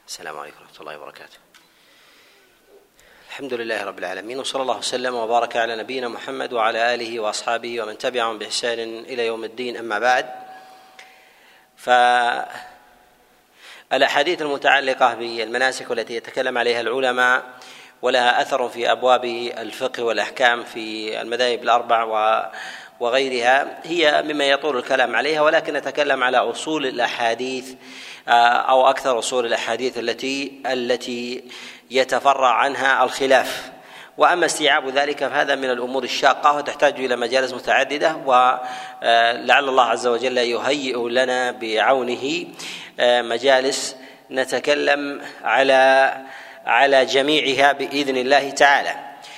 السلام عليكم ورحمة الله وبركاته. الحمد لله رب العالمين، وصلى الله وسلم وبارك على نبينا محمد وعلى آله وأصحابه ومن تبعهم بإحسان إلى يوم الدين. أما بعد، فالأحاديث المتعلقة بالمناسك والتي يتكلم عليها العلماء ولها أثر في أبواب الفقه والأحكام في المذاهب الأربع وغيرها هي مما يطول الكلام عليها، ولكن نتكلم على أصول الأحاديث أو أكثر أصول الأحاديث التي يتفرع عنها الخلاف. وأما استيعاب ذلك فهذا من الأمور الشاقة وتحتاج إلى مجالس متعددة، ولعل الله عز وجل يهيئ لنا بعونه مجالس نتكلم على جميعها بإذن الله تعالى.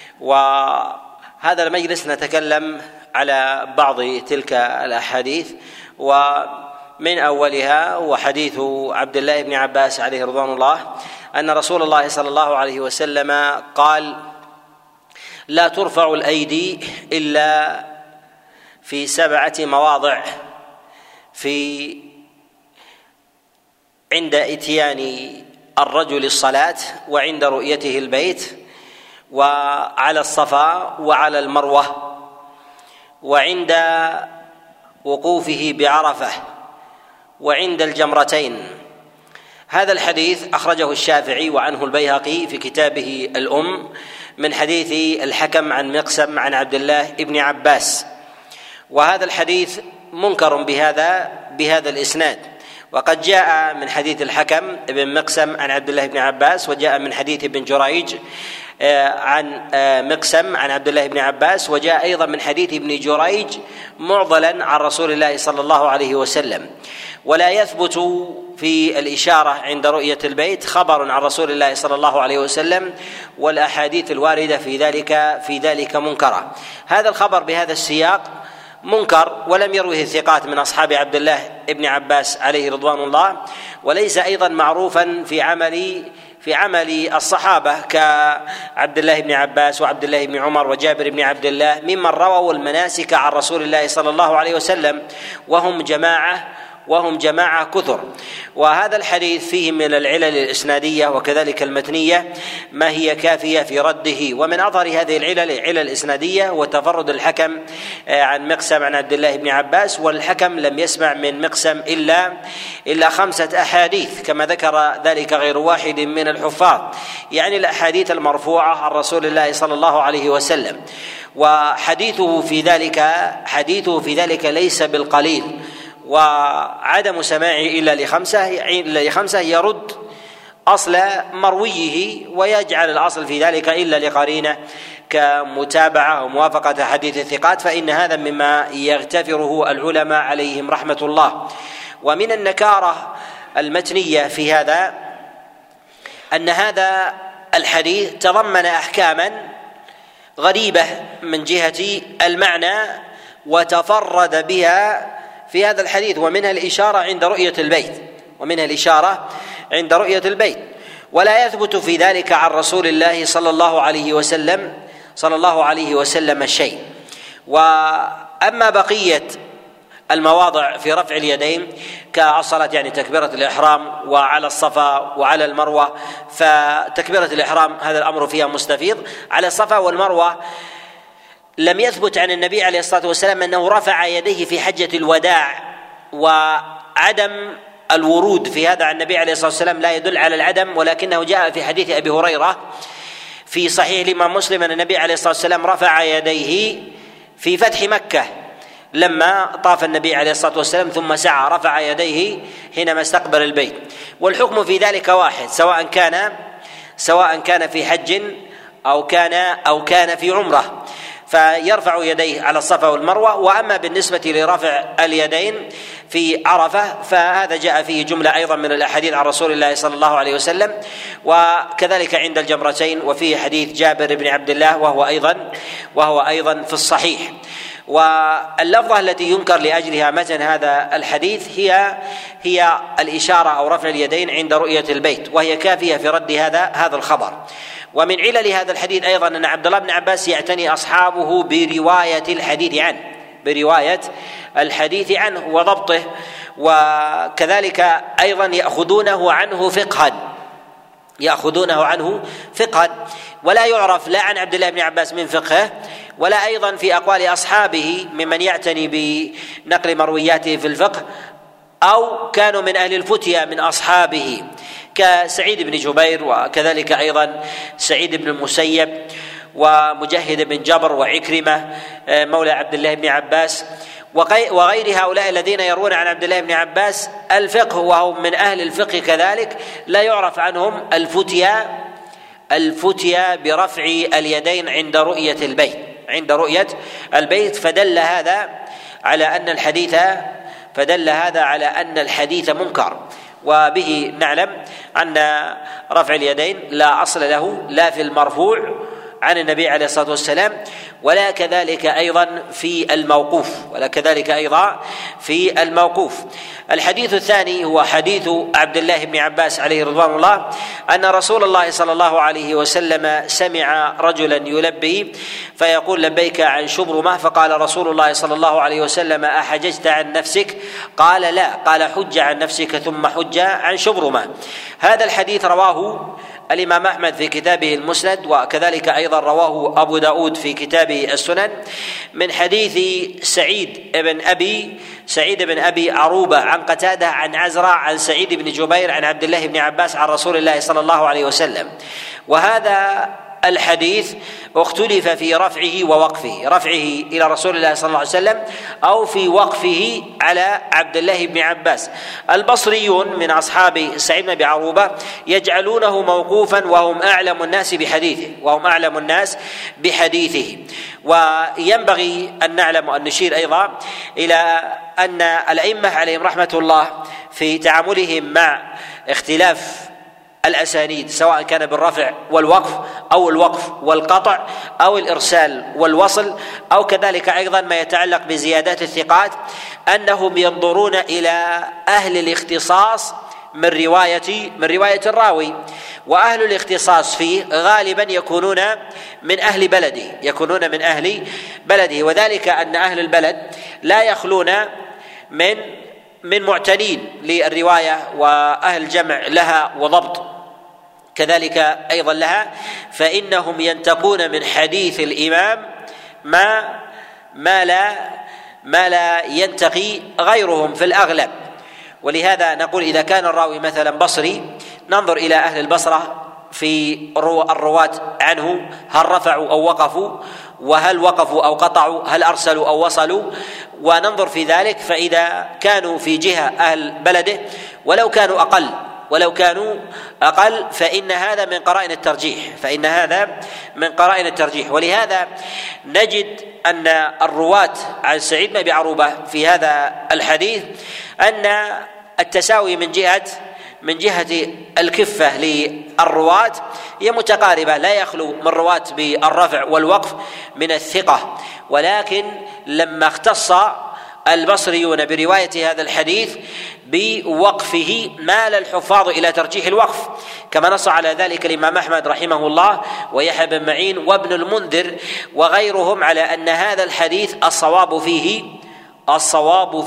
وهذا المجلس نتكلم على بعض تلك الأحاديث، ومن أولها هو حديث عبد الله بن عباس عليه رضوان الله أن رسول الله صلى الله عليه وسلم قال: لا ترفع الأيدي إلا في 7 مواضع: عند إتيان الرجل الصلاة، وعند رؤيته البيت، وعلى الصفا وعلى المروة، وعند وقوفه بعرفة، وعند الجمرتين. هذا الحديث أخرجه الشافعي وعنه البيهقي في كتابه الأم من حديث الحكم عن مقسم عن عبد الله بن عباس، وهذا الحديث منكر بهذا الإسناد، وقد جاء من حديث الحكم بن مقسم عن عبد الله بن عباس، وجاء من حديث ابن جريج عن مقسم عن عبد الله بن عباس، وجاء أيضا من حديث ابن جريج معضلا عن رسول الله صلى الله عليه وسلم. ولا يثبت في الإشارة عند رؤية البيت خبر عن رسول الله صلى الله عليه وسلم، والأحاديث الواردة في ذلك منكرة. هذا الخبر بهذا السياق منكر، ولم يروه الثقات من أصحاب عبد الله بن عباس عليه رضوان الله، وليس أيضا معروفا في عمل الصحابة كعبد الله بن عباس وعبد الله بن عمر وجابر بن عبد الله ممن رووا المناسك عن رسول الله صلى الله عليه وسلم، وهم جماعة كثر. وهذا الحديث فيه من العلل الإسنادية وكذلك المتنية ما هي كافية في رده. ومن أظهر هذه العلل الإسنادية وتفرد الحكم عن مقسم عن عبد الله بن عباس، والحكم لم يسمع من مقسم إلا 5 أحاديث كما ذكر ذلك غير واحد من الحفاظ، يعني الأحاديث المرفوعة عن رسول الله صلى الله عليه وسلم. وحديثه في ذلك ليس بالقليل، وعدم سماعه إلا لخمسة يرد أصل مرويه ويجعل الأصل في ذلك إلا لقرينة كمتابعة وموافقة حديث الثقات، فإن هذا مما يغتفره العلماء عليهم رحمة الله. ومن النكارة المتنية في هذا أن هذا الحديث تضمن أحكاما غريبة من جهة المعنى وتفرد بها في هذا الحديث، ومنها الإشارة عند رؤية البيت، ولا يثبت في ذلك عن رسول الله صلى الله عليه وسلم شيء. وأما بقية المواضع في رفع اليدين كالصلاة، يعني تكبيرة الإحرام وعلى الصفا وعلى المروة، فتكبيرة الإحرام هذا الأمر فيها مستفيض. على الصفا والمروة لم يثبت عن النبي عليه الصلاة والسلام أنه رفع يديه في حجة الوداع، وعدم الورود في هذا عن النبي عليه الصلاة والسلام لا يدل على العدم، ولكنه جاء في حديث أبي هريرة في صحيح الإمام مسلم أن النبي عليه الصلاة والسلام رفع يديه في فتح مكة لما طاف النبي عليه الصلاة والسلام ثم سعى، رفع يديه حينما استقبل البيت. والحكم في ذلك واحد، سواء كان في حج أو كان في عمرة، فيرفع يديه على الصفا والمروة. وأما بالنسبة لرفع اليدين في عرفة فهذا جاء فيه جملة أيضا من الأحاديث عن رسول الله صلى الله عليه وسلم، وكذلك عند الجمرتين، وفيه حديث جابر بن عبد الله وهو أيضا في الصحيح. واللفظة التي ينكر لأجلها متن هذا الحديث هي الإشارة أو رفع اليدين عند رؤية البيت، وهي كافية في رد هذا الخبر. ومن علل هذا الحديث أيضا أن عبد الله بن عباس يعتني أصحابه برواية الحديث عنه وضبطه، وكذلك أيضا يأخذونه عنه فقها، يأخذونه عنه فقها، ولا يعرف لا عن عبد الله بن عباس من فقهه ولا أيضا في أقوال أصحابه ممن يعتني بنقل مروياته في الفقه أو كانوا من أهل الفتيا من أصحابه كسعيد بن جبير، وكذلك أيضا سعيد بن المسيب ومجهد بن جبر وعكرمة مولى عبد الله بن عباس وغير هؤلاء الذين يروون عن عبد الله بن عباس الفقه وهم من أهل الفقه كذلك، لا يعرف عنهم الفتيا برفع اليدين عند رؤية البيت فدل هذا على أن الحديث منكر، وبه نعلم أن رفع اليدين لا أصل له لا في المرفوع عن النبي عليه الصلاة والسلام ولا كذلك أيضا في الموقوف. الحديث الثاني هو حديث عبد الله بن عباس عليه رضوان الله أن رسول الله صلى الله عليه وسلم سمع رجلا يلبي فيقول لبيك عن شبرمة، فقال رسول الله صلى الله عليه وسلم أحججت عن نفسك؟ قال لا، قال حج عن نفسك ثم حج عن شبرمة. هذا الحديث رواه الإمام أحمد في كتابه المسند، وكذلك أيضا رواه أبو داود في كتابه السنن من حديث سعيد بن أبي عروبة عن قتادة عن عزرة عن سعيد بن جبير عن عبد الله بن عباس عن رسول الله صلى الله عليه وسلم. وهذا الحديث اختلف في رفعه ووقفه، رفعه إلى رسول الله صلى الله عليه وسلم أو في وقفه على عبد الله بن عباس. البصريون من أصحاب سعيد بن أبي عروبة يجعلونه موقوفا وهم أعلم الناس بحديثه. وينبغي أن نعلم وأن نشير أيضا إلى أن الأئمة عليهم رحمة الله في تعاملهم مع اختلاف الأسانيد سواء كان بالرفع والوقف أو الوقف والقطع أو الإرسال والوصل أو كذلك أيضا ما يتعلق بزيادات الثقات، أنهم ينظرون إلى أهل الاختصاص من رواية الراوي، وأهل الاختصاص فيه غالبا يكونون من أهل بلده، وذلك أن أهل البلد لا يخلون من معتنين للرواية وأهل جمع لها وضبط كذلك أيضا لها، فإنهم ينتقون من حديث الإمام ما لا ينتقي غيرهم في الأغلب. ولهذا نقول إذا كان الراوي مثلا بصري ننظر إلى أهل البصرة في الرواة عنه هل رفعوا أو وقفوا، وهل وقفوا أو قطعوا، هل أرسلوا أو وصلوا، وننظر في ذلك. فإذا كانوا في جهة أهل بلده ولو كانوا أقل فإن هذا من قرائن الترجيح. ولهذا نجد أن الرواة عن سعيد بن أبي عروبة في هذا الحديث أن التساوي من جهة الكفة للرواة هي متقاربة، لا يخلو من رواة بالرفع والوقف من الثقة، ولكن لما اختص البصريون برواية هذا الحديث بوقفه مال الحفاظ إلى ترجيح الوقف، كما نص على ذلك الإمام أحمد رحمه الله ويحيى بن معين وابن المنذر وغيرهم على أن هذا الحديث الصواب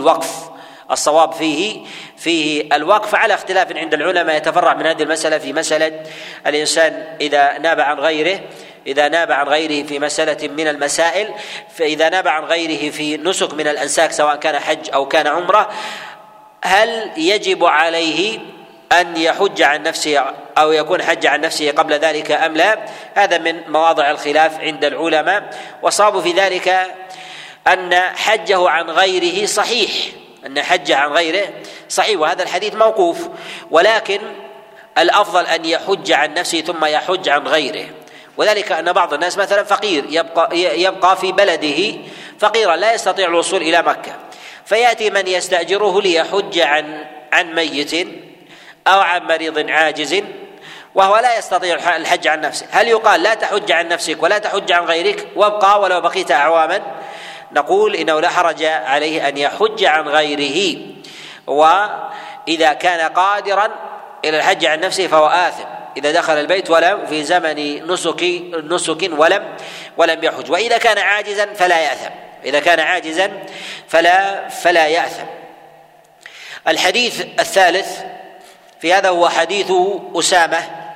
فيه الوقف على اختلاف عند العلماء يتفرع من هذه المسألة في مسألة الإنسان إذا ناب عن غيره في مسألة من المسائل، فإذا ناب عن غيره في نسك من الأنساك سواء كان حج أو كان عمرة، هل يجب عليه أن يحج عن نفسه أو يكون حج عن نفسه قبل ذلك أم لا؟ هذا من مواضع الخلاف عند العلماء، وصاب في ذلك أن حجه عن غيره صحيح، وهذا الحديث موقوف، ولكن الأفضل أن يحج عن نفسه ثم يحج عن غيره. وذلك أن بعض الناس مثلا فقير يبقى في بلده فقيرا لا يستطيع الوصول إلى مكة، فيأتي من يستأجره ليحج عن ميت أو عن مريض عاجز وهو لا يستطيع الحج عن نفسه، هل يقال لا تحج عن نفسك ولا تحج عن غيرك وابقى ولو بقيت أعواما؟ نقول إنه لا حرج عليه أن يحج عن غيره، وإذا كان قادرا إلى الحج عن نفسه فهو آثم إذا دخل البيت ولم في زمن نسك ولم يحج، وإذا كان عاجزا فلا يأثم. الحديث الثالث في هذا هو حديث أسامة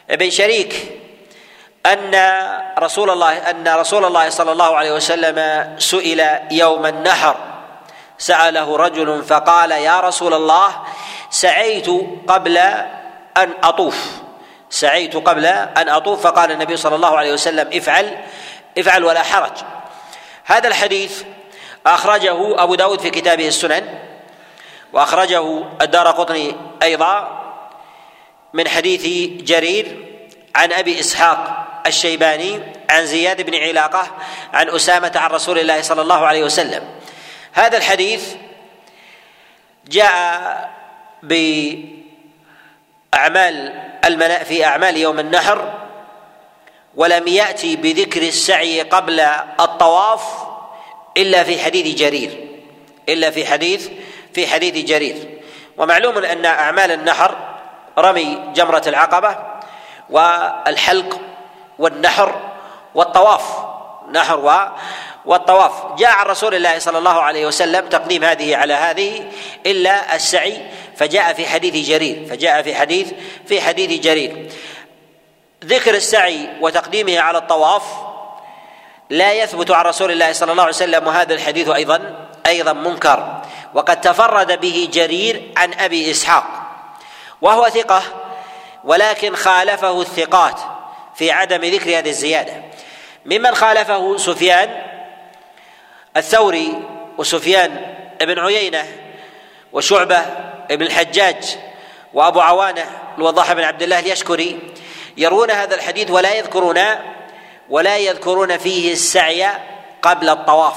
بن شريك أن رسول الله صلى الله عليه وسلم سئل يوم النحر، سأله رجل فقال: يا رسول الله، سعيت قبل أن أطوف، فقال النبي صلى الله عليه وسلم: افعل ولا حرج. هذا الحديث أخرجه أبو داود في كتابه السنن، وأخرجه الدارقطني أيضا من حديث جرير عن أبي إسحاق الشيباني عن زياد بن علاقة عن أسامة عن رسول الله صلى الله عليه وسلم. هذا الحديث جاء في أعمال يوم النحر، ولم يأتي بذكر السعي قبل الطواف إلا في حديث جرير. ومعلوم أن أعمال النحر رمي جمرة العقبة والحلق والنحر والطواف، جاء عن رسول الله صلى الله عليه وسلم تقديم هذه على هذه إلا السعي، فجاء في حديث جرير. ذكر السعي وتقديمه على الطواف لا يثبت عن رسول الله صلى الله عليه وسلم، وهذا الحديث أيضا منكر، وقد تفرد به جرير عن أبي إسحاق وهو ثقة، ولكن خالفه الثقات في عدم ذكر هذه الزيادة. ممن خالفه سفيان الثوري وسفيان بن عيينة وشعبة بن الحجاج وأبو عوانة الوضاح بن عبد الله اليشكري، يرون هذا الحديث ولا يذكرون فيه السعي قبل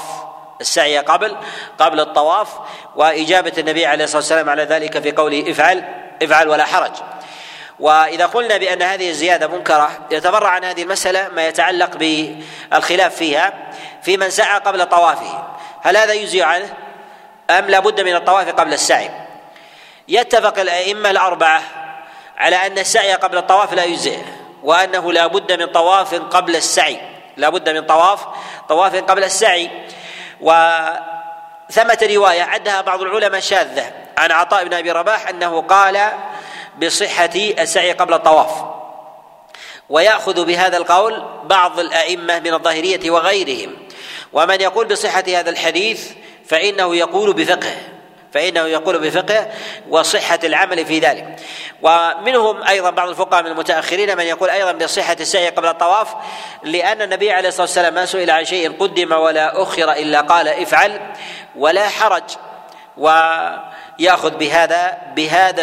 الطواف، وإجابة النبي عليه الصلاة والسلام على ذلك في قوله: افعل ولا حرج. وإذا قلنا بأن هذه الزيادة منكرة، يتفرع عن هذه المسألة ما يتعلق بالخلاف فيها في من سعى قبل طوافه، هل هذا يجزي عنه أم لا بد من الطواف قبل السعي؟ يتفق الأئمة الأربعة على أن السعي قبل الطواف لا يجزئ، وأنه لا بد من طواف قبل السعي. وثمة رواية عدها بعض العلماء شاذة عن عطاء بن أبي رباح أنه قال بصحة السعي قبل الطواف، ويأخذ بهذا القول بعض الأئمة من الظاهرية وغيرهم، ومن يقول بصحة هذا الحديث فإنه يقول بفقه وصحة العمل في ذلك. ومنهم أيضا بعض الفقهاء من المتأخرين من يقول أيضا بصحة السعي قبل الطواف، لأن النبي عليه الصلاة والسلام ما سئل عن شيء قدم ولا أخر إلا قال: افعل ولا حرج، ويأخذ بهذا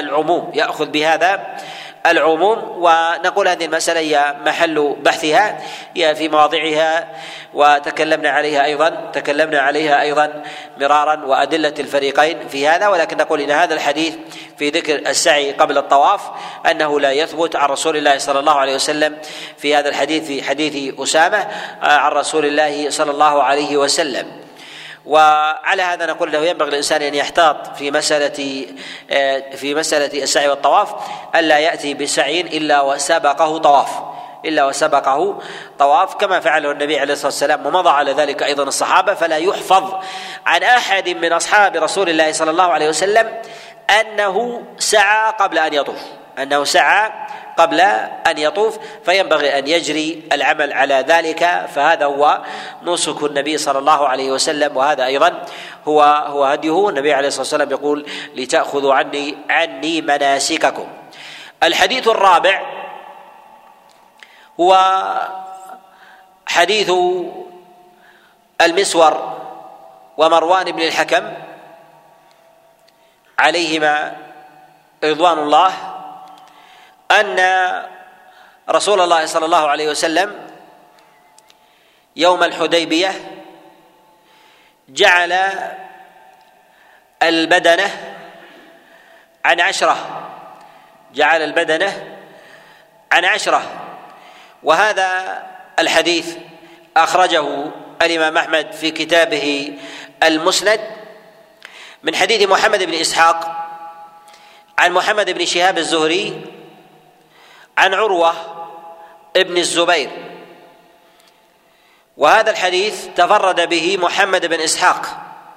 العموم. ونقول هذه المسألة هي محل بحثها، هي في مواضعها، وتكلمنا عليها أيضا مرارا، وأدلة الفريقين في هذا. ولكن نقول إن هذا الحديث في ذكر السعي قبل الطواف أنه لا يثبت عن رسول الله صلى الله عليه وسلم في هذا الحديث، في حديث أسامة عن رسول الله صلى الله عليه وسلم. وعلى هذا نقول له ينبغي الإنسان أن يحتاط في مسألة السعي والطواف، ألا يأتي بسعي إلا وسبقه طواف كما فعله النبي عليه الصلاة والسلام، ومضى على ذلك أيضا الصحابة. فلا يحفظ عن أحد من أصحاب رسول الله صلى الله عليه وسلم أنه سعى قبل أن يطوف، فينبغي أن يجري العمل على ذلك، فهذا هو نسك النبي صلى الله عليه وسلم، وهذا أيضا هو هديه. النبي عليه الصلاة والسلام يقول: لتأخذوا عني مناسككم. الحديث الرابع هو حديث المسور ومروان بن الحكم عليهما رضوان الله، أن رسول الله صلى الله عليه وسلم يوم الحديبية جعل البدنة عن 10، وهذا الحديث أخرجه الإمام أحمد في كتابه المسند من حديث محمد بن إسحاق عن محمد بن شهاب الزهري عن عروة ابن الزبير، وهذا الحديث تفرد به محمد بن إسحاق،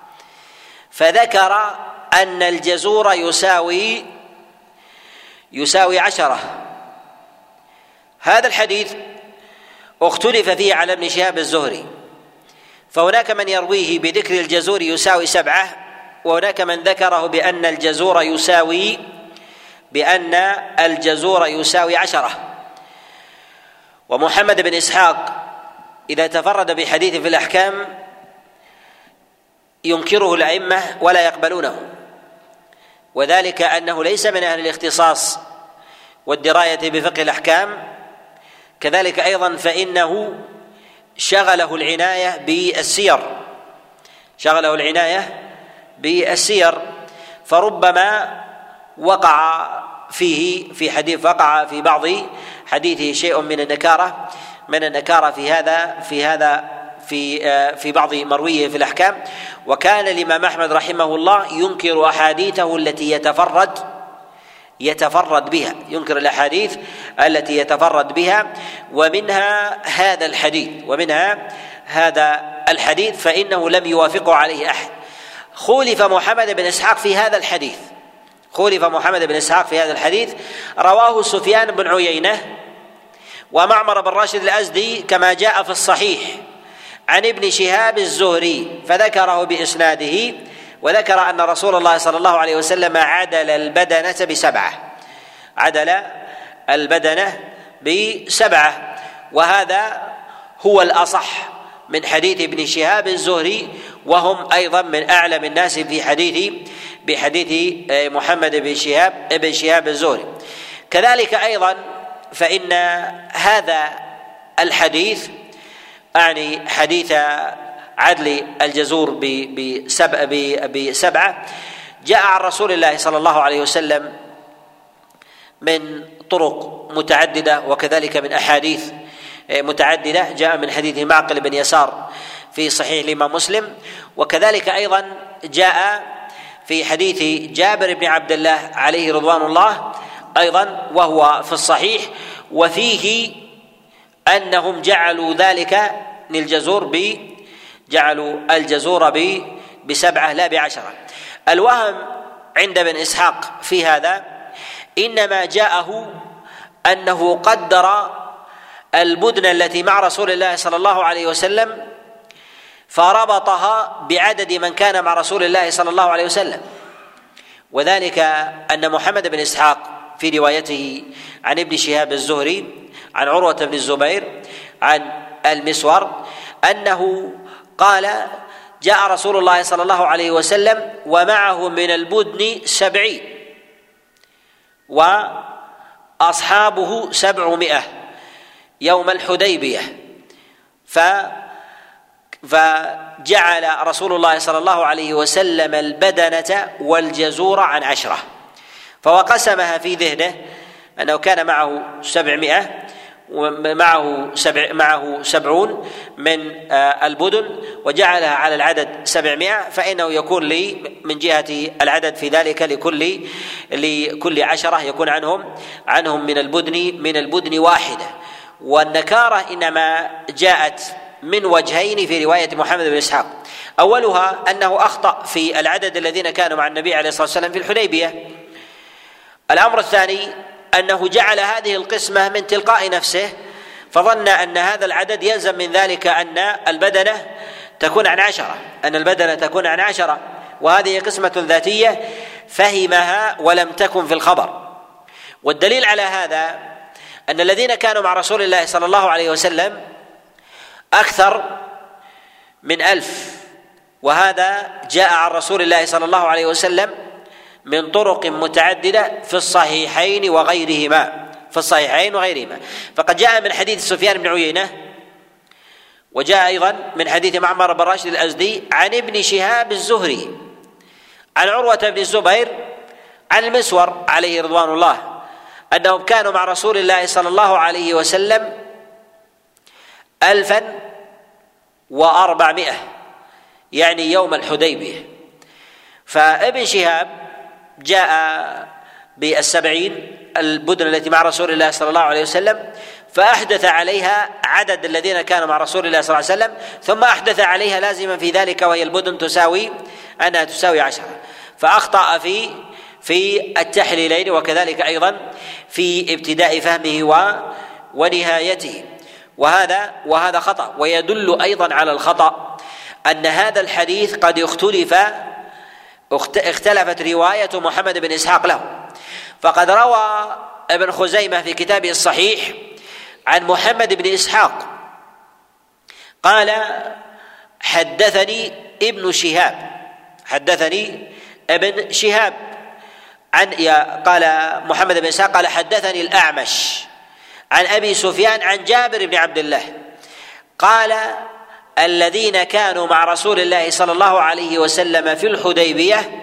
فذكر أن الجزور يساوي 10، هذا الحديث اختلف فيه على ابن شهاب الزهري، فهناك من يرويه بذكر الجزور يساوي 7، وهناك من ذكره بأن الجزور يساوي 10. ومحمد بن إسحاق إذا تفرد بحديث في الأحكام ينكره الأئمة ولا يقبلونه، وذلك أنه ليس من أهل الاختصاص والدراية بفقه الأحكام. كذلك أيضا فإنه شغله العناية بالسير، فربما وقع في بعض حديثه شيء من النكارة في بعض مرويه في الأحكام. وكان الإمام أحمد رحمه الله ينكر أحاديثه التي يتفرد بها، ومنها هذا الحديث فإنه لم يوافقه عليه أحد. خولف محمد بن إسحاق في هذا الحديث، رواه سفيان بن عيينة ومعمر بن راشد الأزدي كما جاء في الصحيح عن ابن شهاب الزهري، فذكره بإسناده، وذكر أن رسول الله صلى الله عليه وسلم عدل البدنة ب7، وهذا هو الأصح من حديث ابن شهاب الزهري، وهم أيضا من أعلم الناس بحديث محمد بن شهاب الزهري. كذلك أيضا فإن هذا الحديث أعني حديث عدل الجزور ب7 جاء عن رسول الله صلى الله عليه وسلم من طرق متعددة، وكذلك من أحاديث متعددة. جاء من حديث معقل بن يسار في صحيح الإمام مسلم، وكذلك أيضا جاء في حديث جابر بن عبد الله عليه رضوان الله أيضا وهو في الصحيح، وفيه أنهم جعلوا الجزور ب7 لا ب10. الوهم عند ابن إسحاق في هذا إنما جاءه أنه قدر البدن التي مع رسول الله صلى الله عليه وسلم فربطها بعدد من كان مع رسول الله صلى الله عليه وسلم، وذلك أن محمد بن إسحاق في روايته عن ابن شهاب الزهري عن عروة بن الزبير عن المسور أنه قال: جاء رسول الله صلى الله عليه وسلم ومعه من البدن 70 وأصحابه 700 يوم الحديبية، فجعل رسول الله صلى الله عليه وسلم البدنة والجزور عن 10، فوقسمها في ذهنه أنه كان معه 700 ومعه 70 من البدن، وجعلها على العدد 700، فإنه يكون لي من جهة العدد في ذلك لكل 10 يكون عنهم من البدن واحدة. والنكارة إنما جاءت من وجهين في رواية محمد بن إسحاق، أولها أنه أخطأ في العدد الذين كانوا مع النبي عليه الصلاة والسلام في الحديبية. الأمر الثاني أنه جعل هذه القسمة من تلقاء نفسه، فظن أن هذا العدد يلزم من ذلك أن البدنة تكون عن 10، وهذه قسمة ذاتية فهمها ولم تكن في الخبر. والدليل على هذا أن الذين كانوا مع رسول الله صلى الله عليه وسلم أكثر من 1000، وهذا جاء عن رسول الله صلى الله عليه وسلم من طرق متعددة في الصحيحين وغيرهما. فقد جاء من حديث سفيان بن عيينة، وجاء أيضا من حديث معمر بن راشد الأزدي عن ابن شهاب الزهري عن عروة بن الزبير عن المسور عليه رضوان الله أنهم كانوا مع رسول الله صلى الله عليه وسلم 1400 يعني يوم الحديبية. فابن شهاب جاء ب70 البدن التي مع رسول الله صلى الله عليه وسلم، فأحدث عليها عدد الذين كانوا مع رسول الله صلى الله عليه وسلم، ثم أحدث عليها لازما في ذلك وهي البدن تساوي 10، فأخطأ في التحليلين، وكذلك أيضا في ابتداء فهمه ونهايته، وهذا خطأ. ويدل أيضا على الخطأ أن هذا الحديث قد اختلفت رواية محمد بن إسحاق له، فقد روى ابن خزيمة في كتابه الصحيح عن محمد بن إسحاق قال حدثني ابن شهاب قال محمد بن إسحاق قال حدثني الأعمش عن أبي سفيان عن جابر بن عبد الله قال الذين كانوا مع رسول الله صلى الله عليه وسلم في الحديبية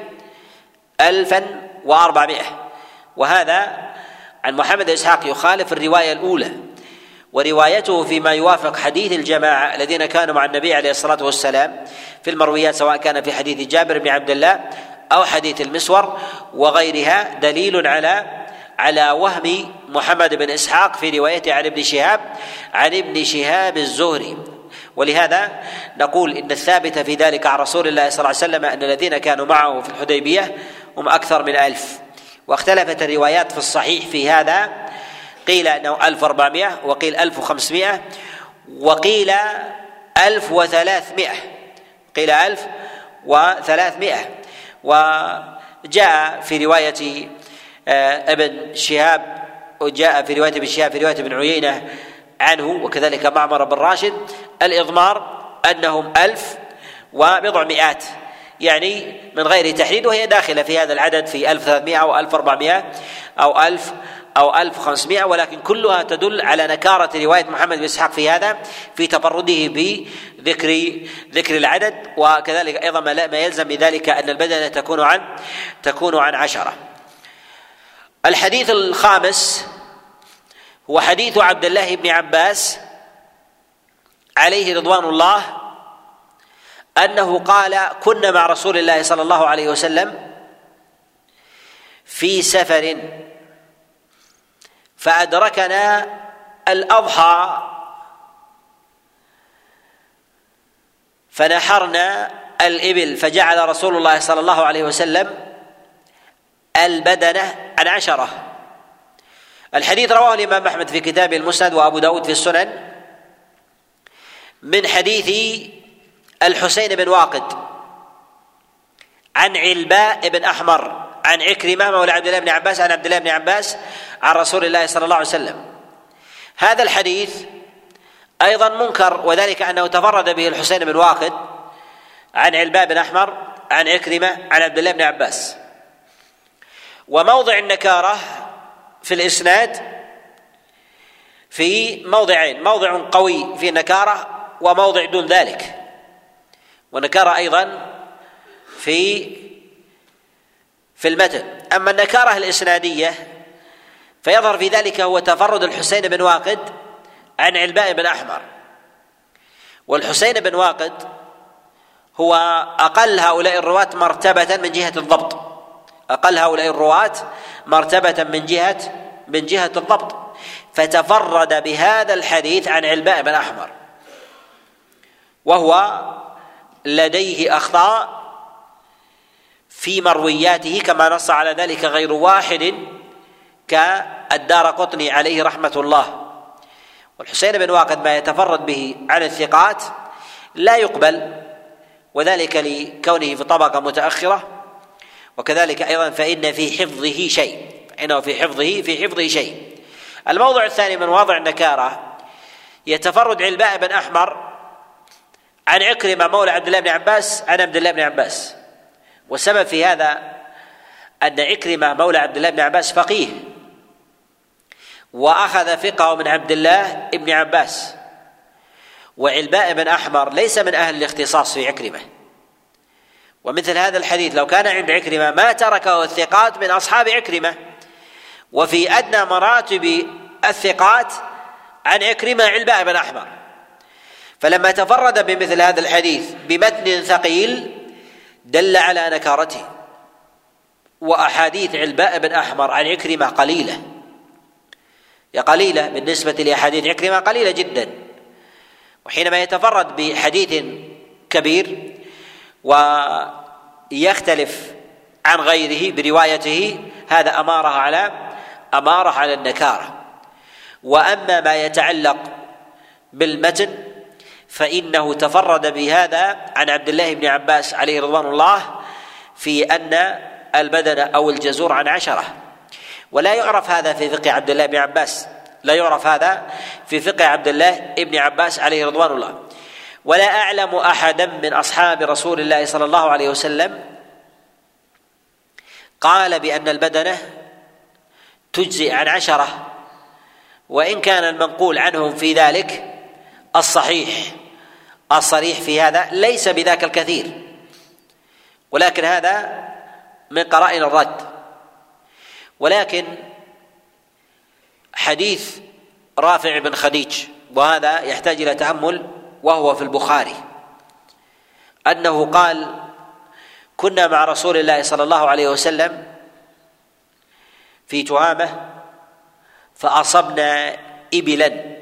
1400. وهذا عن محمد بن إسحاق يخالف الرواية الأولى، وروايته فيما يوافق حديث الجماعة الذين كانوا مع النبي عليه الصلاة والسلام في المرويات، سواء كان في حديث جابر بن عبد الله أو حديث المسور وغيرها، دليل على وهم محمد بن إسحاق في روايته عن ابن شهاب الزهري. ولهذا نقول إن الثابت في ذلك عن رسول الله صلى الله عليه وسلم أن الذين كانوا معه في الحديبية هم أكثر من 1000، واختلفت الروايات في الصحيح في هذا، قيل أنه 1400 وقيل 1500 وقيل 1300 وجاء في رواية ابن شهاب، وجاء في رواية ابن شهاب في رواية ابن عيينة عنه وكذلك معمر بن راشد الإضمار أنهم 1400 يعني من غير تحديد، وهي داخلة في هذا العدد في 1300 أو 1400 أو 1000 أو 1500، ولكن كلها تدل على نكارة رواية محمد بن إسحاق في هذا، في تفرده بذكر العدد. وكذلك أيضا ما يلزم بذلك أن البدنة تكون عن 10. الحديث الخامس هو حديث عبد الله بن عباس عليه رضوان الله أنه قال كنا مع رسول الله صلى الله عليه وسلم في سفر فأدركنا الأضحى فنحرنا الإبل، فجعل رسول الله صلى الله عليه وسلم البدنة عن 10. الحديث رواه الإمام أحمد في كتابه المسند وأبو داود في السنن من حديث الحسين بن واقد عن علباء بن أحمر عن عكرمة مولى عبد الله بن عباس عن عبد الله بن عباس عن رسول الله صلى الله عليه وسلم. هذا الحديث أيضا منكر، وذلك أنه تفرد به الحسين بن واقد عن علباء بن أحمر عن عكرمة عن عبد الله بن عباس. وموضع النكارة في الإسناد في موضعين، موضع قوي في النكارة وموضع دون ذلك، ونكارة أيضا في المتن. أما النكارة الإسنادية فيظهر في ذلك هو تفرد الحسين بن واقد عن علباء بن أحمر، والحسين بن واقد هو أقل هؤلاء الرواة مرتبة من جهة الضبط، أقل هؤلاء الرواة مرتبة من جهة الضبط، فتفرد بهذا الحديث عن علباء بن أحمر، وهو لديه أخطاء في مروياته كما نص على ذلك غير واحد كالدارقطني عليه رحمة الله. والحسين بن واقد ما يتفرد به عن الثقات لا يقبل، وذلك لكونه في طبقة متأخرة، وكذلك أيضا فإن في حفظه شيء، فإنه في حفظه شيء. الموضع الثاني من مواضع النكارة يتفرد علباء بن أحمر عن عكرمة مولى عبد الله بن عباس عن عبد الله بن عباس، والسبب في هذا أن عكرمة مولى عبد الله بن عباس فقيه وأخذ فقهه من عبد الله بن عباس، وعلباء بن أحمر ليس من أهل الاختصاص في عكرمة. ومثل هذا الحديث لو كان عند عكرمة ما تركه الثقات من أصحاب عكرمة، وفي أدنى مراتب الثقات عن عكرمة علباء بن أحمر، فلما تفرد بمثل هذا الحديث بمتن ثقيل دل على نكارته. وأحاديث علباء بن أحمر عن عكرمة قليلة بالنسبة لأحاديث عكرمة، قليلة جدا، وحينما يتفرد بحديث كبير ويختلف عن غيره بروايته هذا أمارة على النكارة. وأما ما يتعلق بالمتن فإنه تفرد بهذا عن عبد الله بن عباس عليه رضوان الله في أن البدن أو الجزور عن 10، ولا يعرف هذا في فقه عبد الله بن عباس، لا يعرف هذا في فقه عبد الله بن عباس عليه رضوان الله. ولا أعلم أحدا من أصحاب رسول الله صلى الله عليه وسلم قال بأن البدنة تجزئ عن 10، وإن كان المنقول عنهم في ذلك الصريح في هذا ليس بذاك الكثير، ولكن هذا من قرائن الرد. ولكن حديث رافع بن خديج، وهذا يحتاج إلى تأمل، وهو في البخاري، أنه قال: كنا مع رسول الله صلى الله عليه وسلم في تهامة فأصبنا إبلا،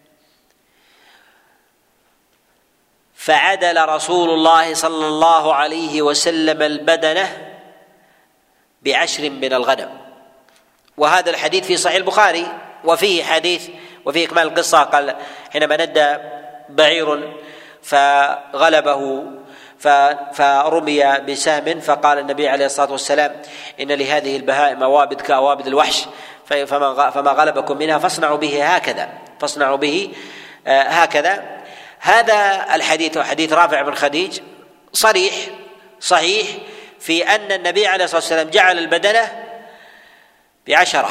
فعدل رسول الله صلى الله عليه وسلم البدنة ب10 من الغنم. وهذا الحديث في صحيح البخاري، وفيه حديث وفيه إكمال القصة، قال: حينما ندى بعير فغلبه فرمي بسهم، فقال النبي عليه الصلاة والسلام: إن لهذه البهائم أوابد كأوابد الوحش، فما غلبكم منها فاصنعوا به هكذا. هذا الحديث وحديث رافع بن خديج صحيح في أن النبي عليه الصلاة والسلام جعل البدنة ب10.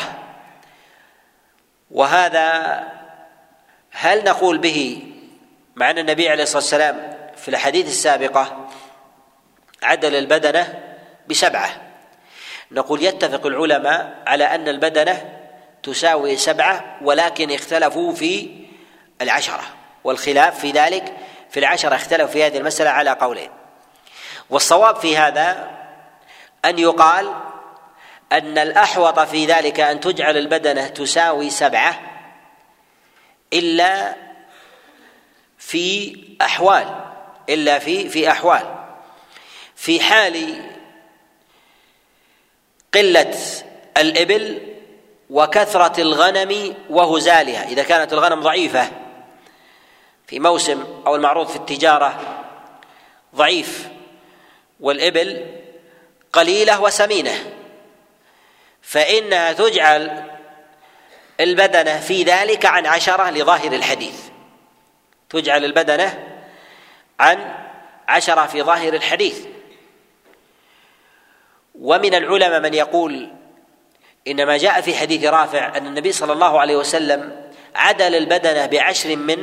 وهذا هل نقول به مع أن النبي عليه الصلاة والسلام في الحديث السابقة عدل البدنة ب7؟ نقول يتفق العلماء على أن البدنة تساوي 7، ولكن اختلفوا في 10، والخلاف في ذلك في 10 اختلف في هذه المسألة على قولين. والصواب في هذا أن يقال أن الأحوط في ذلك أن تجعل البدنة تساوي 7، إلا في أحوال في حال قلة الإبل وكثرة الغنم وهزالها. إذا كانت الغنم ضعيفة في موسم، أو المعروض في التجارة ضعيف، والإبل قليلة وسمينة، فإنها تجعل البدنة في ذلك عن 10 لظاهر الحديث، تجعل البدنة عن 10 في ظاهر الحديث. ومن العلماء من يقول إنما جاء في حديث رافع أن النبي صلى الله عليه وسلم عدل البدنة ب10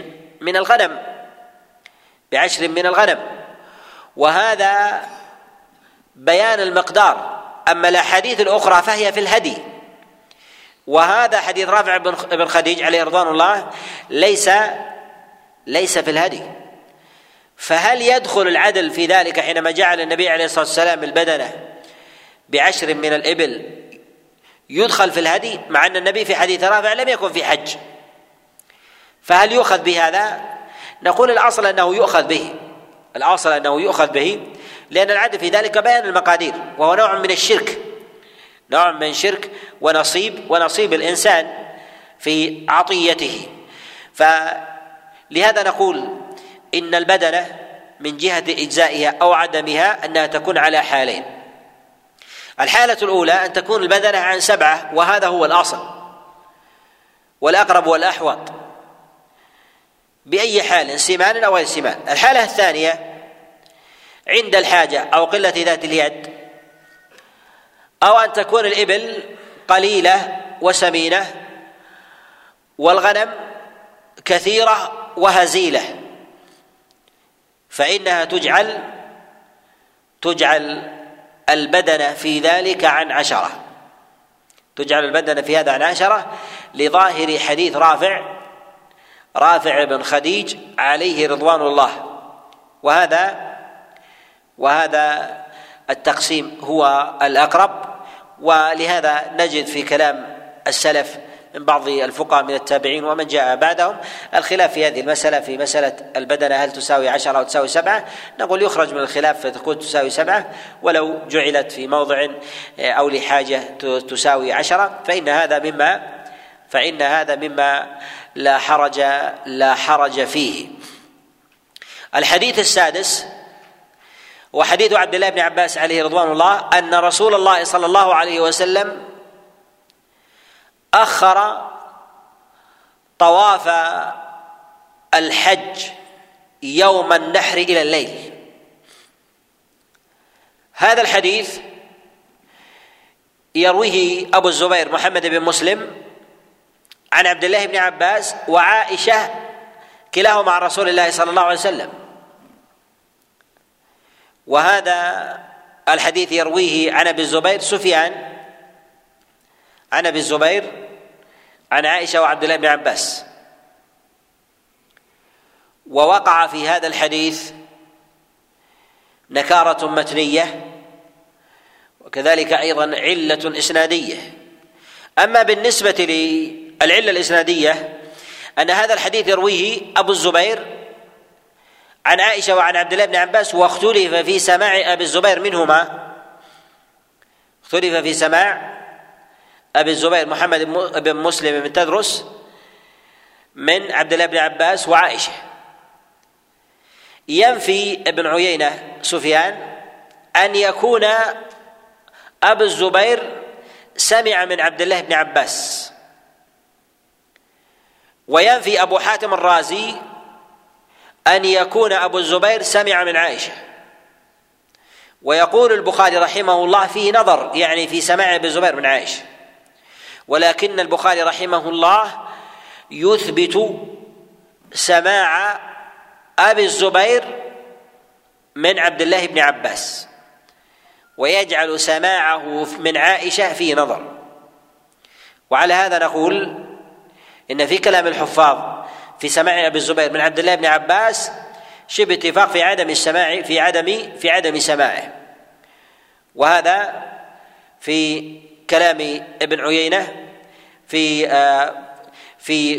من الغنم، وهذا بيان المقدار. أما الأحاديث الأخرى فهي في الهدي، وهذا حديث رافع بن خديج عليه رضوان الله ليس في الهدي. فهل يدخل العدل في ذلك حينما جعل النبي عليه الصلاة والسلام البدنة ب10 من الإبل يدخل في الهدي، مع أن النبي في حديث رافع لم يكن في حج؟ فهل يؤخذ بهذا؟ نقول الأصل أنه يؤخذ به، لأن العدل في ذلك بيان المقادير، وهو نوع من شرك ونصيب الإنسان في عطيته. فلهذا نقول إن البدنة من جهة إجزائها أو عدمها أنها تكون على حالين. الحالة الأولى أن تكون البدنة عن 7، وهذا هو الأصل والأقرب والأحوط، بأي حال، سمان أو غير سمان. الحالة الثانية عند الحاجة أو قلة ذات اليد، أو أن تكون الإبل قليلة وسمينة والغنم كثيرة وهزيلة، فإنها تجعل البدنة في ذلك عن 10، تجعل البدنة في هذا عن 10 لظاهر حديث رافع بن خديج عليه رضوان الله. وهذا التقسيم هو الأقرب. ولهذا نجد في كلام السلف من بعض الفقهاء من التابعين ومن جاء بعدهم الخلاف في هذه المسألة، في مسألة البدنة هل تساوي 10 أو تساوي 7؟ نقول يخرج من الخلاف فتكون تساوي 7، ولو جعلت في موضع أو لحاجة تساوي 10، فإن فإن هذا مما لا حرج فيه. الحديث السادس وحديث عبد الله بن عباس عليه رضوان الله أن رسول الله صلى الله عليه وسلم أخر طواف الحج يوم النحر إلى الليل. هذا الحديث يرويه أبو الزبير محمد بن مسلم عن عبد الله بن عباس وعائشة كلاهما عن رسول الله صلى الله عليه وسلم. وهذا الحديث يرويه عن أبي الزبير سفيان عن أبي الزبير عن عائشة وعبد الله بن عباس. ووقع في هذا الحديث نكارة متنية وكذلك أيضا علة إسنادية. أما بالنسبة للعلة الإسنادية أن هذا الحديث يرويه أبو الزبير عن عائشة وعن عبد الله بن عباس، واختلف في سماع أبي الزبير منهما، اختلف في سماع أبي الزبير محمد بن مسلم بن تدرس من عبد الله بن عباس وعائشة. ينفي ابن عيينة سفيان أن يكون أبو الزبير سمع من عبد الله بن عباس، وينفي أبو حاتم الرازي أن يكون أبو الزبير سمع من عائشة. ويقول البخاري رحمه الله فيه نظر يعني في سماع أبي الزبير من عائشة، ولكن البخاري رحمه الله يثبت سماع أبي الزبير من عبد الله بن عباس، ويجعل سماعه من عائشة فيه نظر. وعلى هذا نقول إن في كلام الحفاظ في سماع أبي الزبير من عبد الله بن عباس شبه اتفاق في عدم السماع في عدم سماعه. وهذا في كلام ابن عيينة في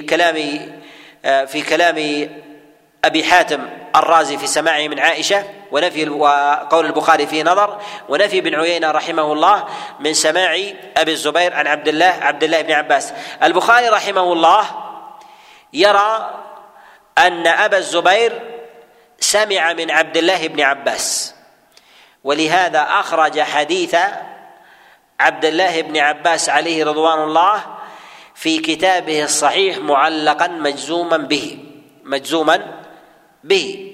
كلام أبي حاتم الرازي في سماعه من عائشة، وقول البخاري فيه نظر، ونفي ابن عيينة رحمه الله من سماع أبي الزبير عن عبد الله بن عباس. البخاري رحمه الله يرى أن أبا الزبير سمع من عبد الله بن عباس، ولهذا أخرج حديث عبد الله بن عباس عليه رضوان الله في كتابه الصحيح معلقا مجزوما به.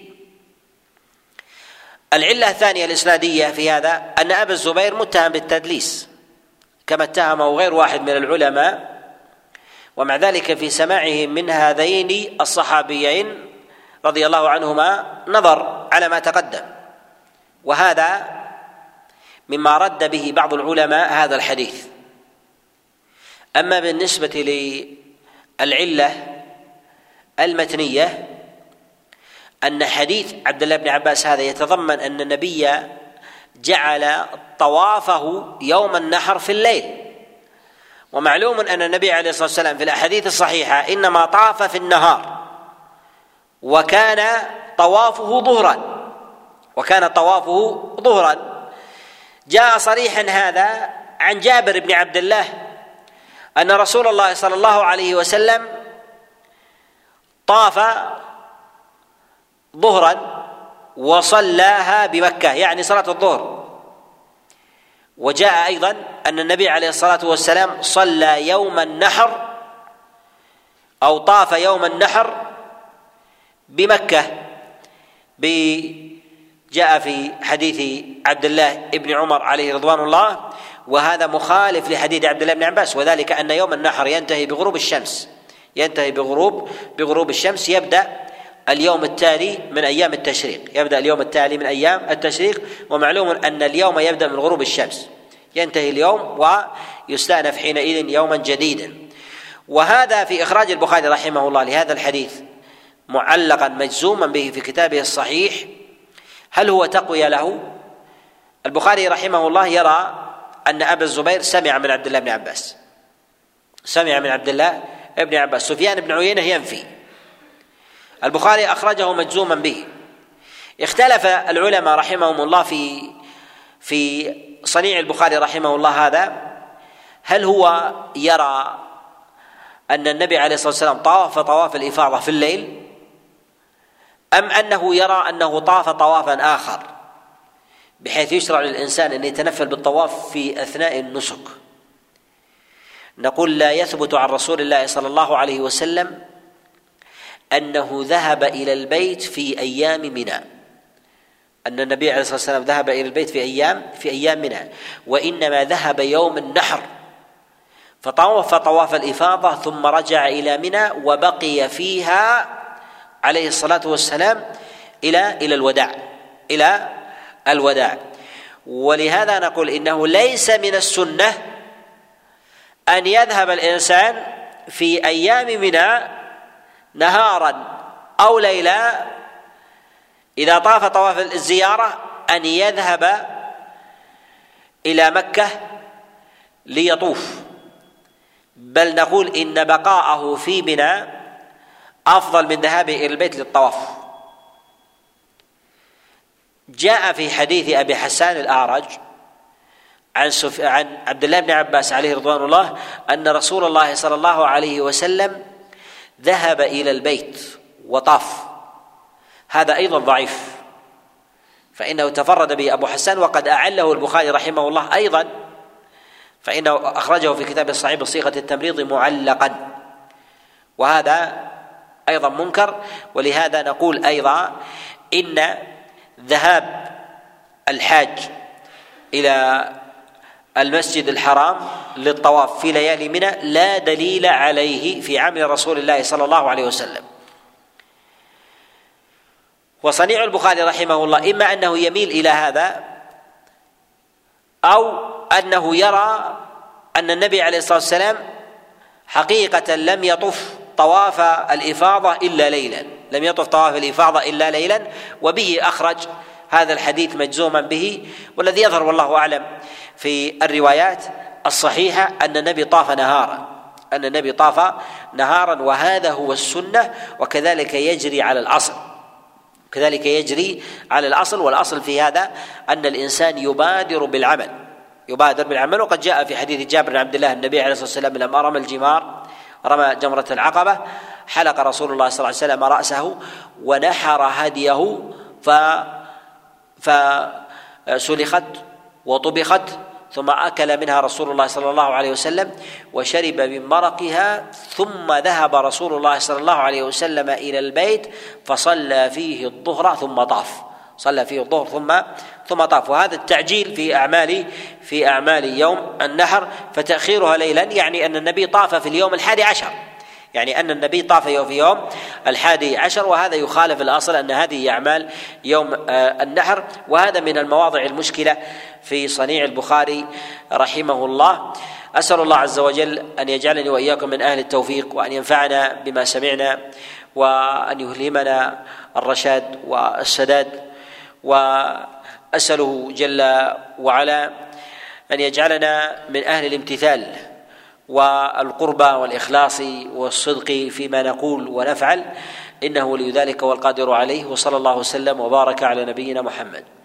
العلة الثانية الإسنادية في هذا أن أبا الزبير متهم بالتدليس كما اتهمه غير واحد من العلماء، ومع ذلك في سماعه من هذين الصحابيين رضي الله عنهما نظر على ما تقدم، وهذا مما رد به بعض العلماء هذا الحديث. أما بالنسبة للعلة المتنية أن حديث عبد الله بن عباس هذا يتضمن أن النبي جعل طوافه يوم النحر في الليل، ومعلوم أن النبي عليه الصلاة والسلام في الأحاديث الصحيحة إنما طاف في النهار، وكان طوافه ظهرا. جاء صريحا هذا عن جابر بن عبد الله أن رسول الله صلى الله عليه وسلم طاف ظهرا وصلاها بمكة يعني صلاة الظهر. وجاء أيضا أن النبي عليه الصلاة والسلام صلى يوم النحر أو طاف يوم النحر بمكة، جاء في حديث عبد الله بن عمر عليه رضوان الله، وهذا مخالف لحديث عبد الله بن عباس، وذلك أن يوم النحر ينتهي بغروب الشمس، يبدأ اليوم التالي من أيام التشريق، ومعلوم أن اليوم يبدأ من غروب الشمس، ينتهي اليوم ويستأنف حينئذ يوما جديدا. وهذا في إخراج البخاري رحمه الله لهذا الحديث معلقا مجزوما به في كتابه الصحيح. هل هو تقوية له؟ البخاري رحمه الله يرى أن أبا الزبير سمع من عبد الله بن عباس. سفيان بن عيينة ينفي، البخاري أخرجه مجزوما به. اختلف العلماء رحمهم الله في صنيع البخاري رحمه الله هذا، هل هو يرى أن النبي عليه الصلاة والسلام طاف طواف الإفاضة في الليل، أم أنه يرى أنه طاف طوافا آخر بحيث يشرع للإنسان أن يتنفل بالطواف في أثناء النسك؟ نقول لا يثبت عن رسول الله صلى الله عليه وسلم أنه ذهب إلى البيت في أيام منى، أن النبي عليه الصلاة والسلام ذهب إلى البيت في أيام منى، وإنما ذهب يوم النحر فطاف طواف الإفاضة ثم رجع إلى منى وبقي فيها عليه الصلاة والسلام إلى الوداع. ولهذا نقول إنه ليس من السنة أن يذهب الإنسان في أيام منى نهارا أو ليلا إذا طاف طواف الزيارة أن يذهب إلى مكة ليطوف، بل نقول إن بقاءه في منى أفضل من ذهابه إلى البيت للطواف. جاء في حديث أبي حسان الأعرج عن عبد الله بن عباس عليه رضوان الله أن رسول الله صلى الله عليه وسلم ذهب إلى البيت وطاف، هذا أيضا ضعيف، فإنه تفرد به أبو حسان وقد أعله البخاري رحمه الله أيضا، فإنه أخرجه في كتاب الصحيح بصيغة التمريض معلقا، وهذا أيضا منكر. ولهذا نقول أيضا إن ذهاب الحاج إلى المسجد الحرام للطواف في ليالي منى لا دليل عليه في عمل رسول الله صلى الله عليه وسلم. وصنيع البخاري رحمه الله إما أنه يميل إلى هذا أو أنه يرى أن النبي عليه الصلاة والسلام حقيقة لم يطف طواف الإفاضة إلا ليلا، وبه أخرج هذا الحديث مجزوما به. والذي يظهر والله أعلم في الروايات الصحيحة أن النبي طاف نهارا، وهذا هو السنة، وكذلك يجري على الأصل. والأصل في هذا أن الإنسان يبادر بالعمل. وقد جاء في حديث جابر بن عبد الله النبي عليه الصلاة والسلام لما رمى جمرة العقبة حلق رسول الله صلى الله عليه وسلم رأسه ونحر هديه فسلخت وطبخت، ثم أكل منها رسول الله صلى الله عليه وسلم وشرب من مرقها، ثم ذهب رسول الله صلى الله عليه وسلم إلى البيت فصلى فيه الظهر ثم طاف. وهذا التعجيل في أعمال يوم النحر، فتأخيرها ليلا يعني أن النبي طاف في اليوم 11، وهذا يخالف الأصل أن هذه أعمال يوم النحر. وهذا من المواضع المشكلة في صنيع البخاري رحمه الله. أسأل الله عز وجل أن يجعلني وإياكم من أهل التوفيق، وأن ينفعنا بما سمعنا، وأن يلهمنا الرشاد والسداد، وأسأله جل وعلا أن يجعلنا من أهل الامتثال والقربى والإخلاص والصدق فيما نقول ونفعل، إنه ولي ذلك والقادر عليه. وصلى الله وسلم وبارك على نبينا محمد.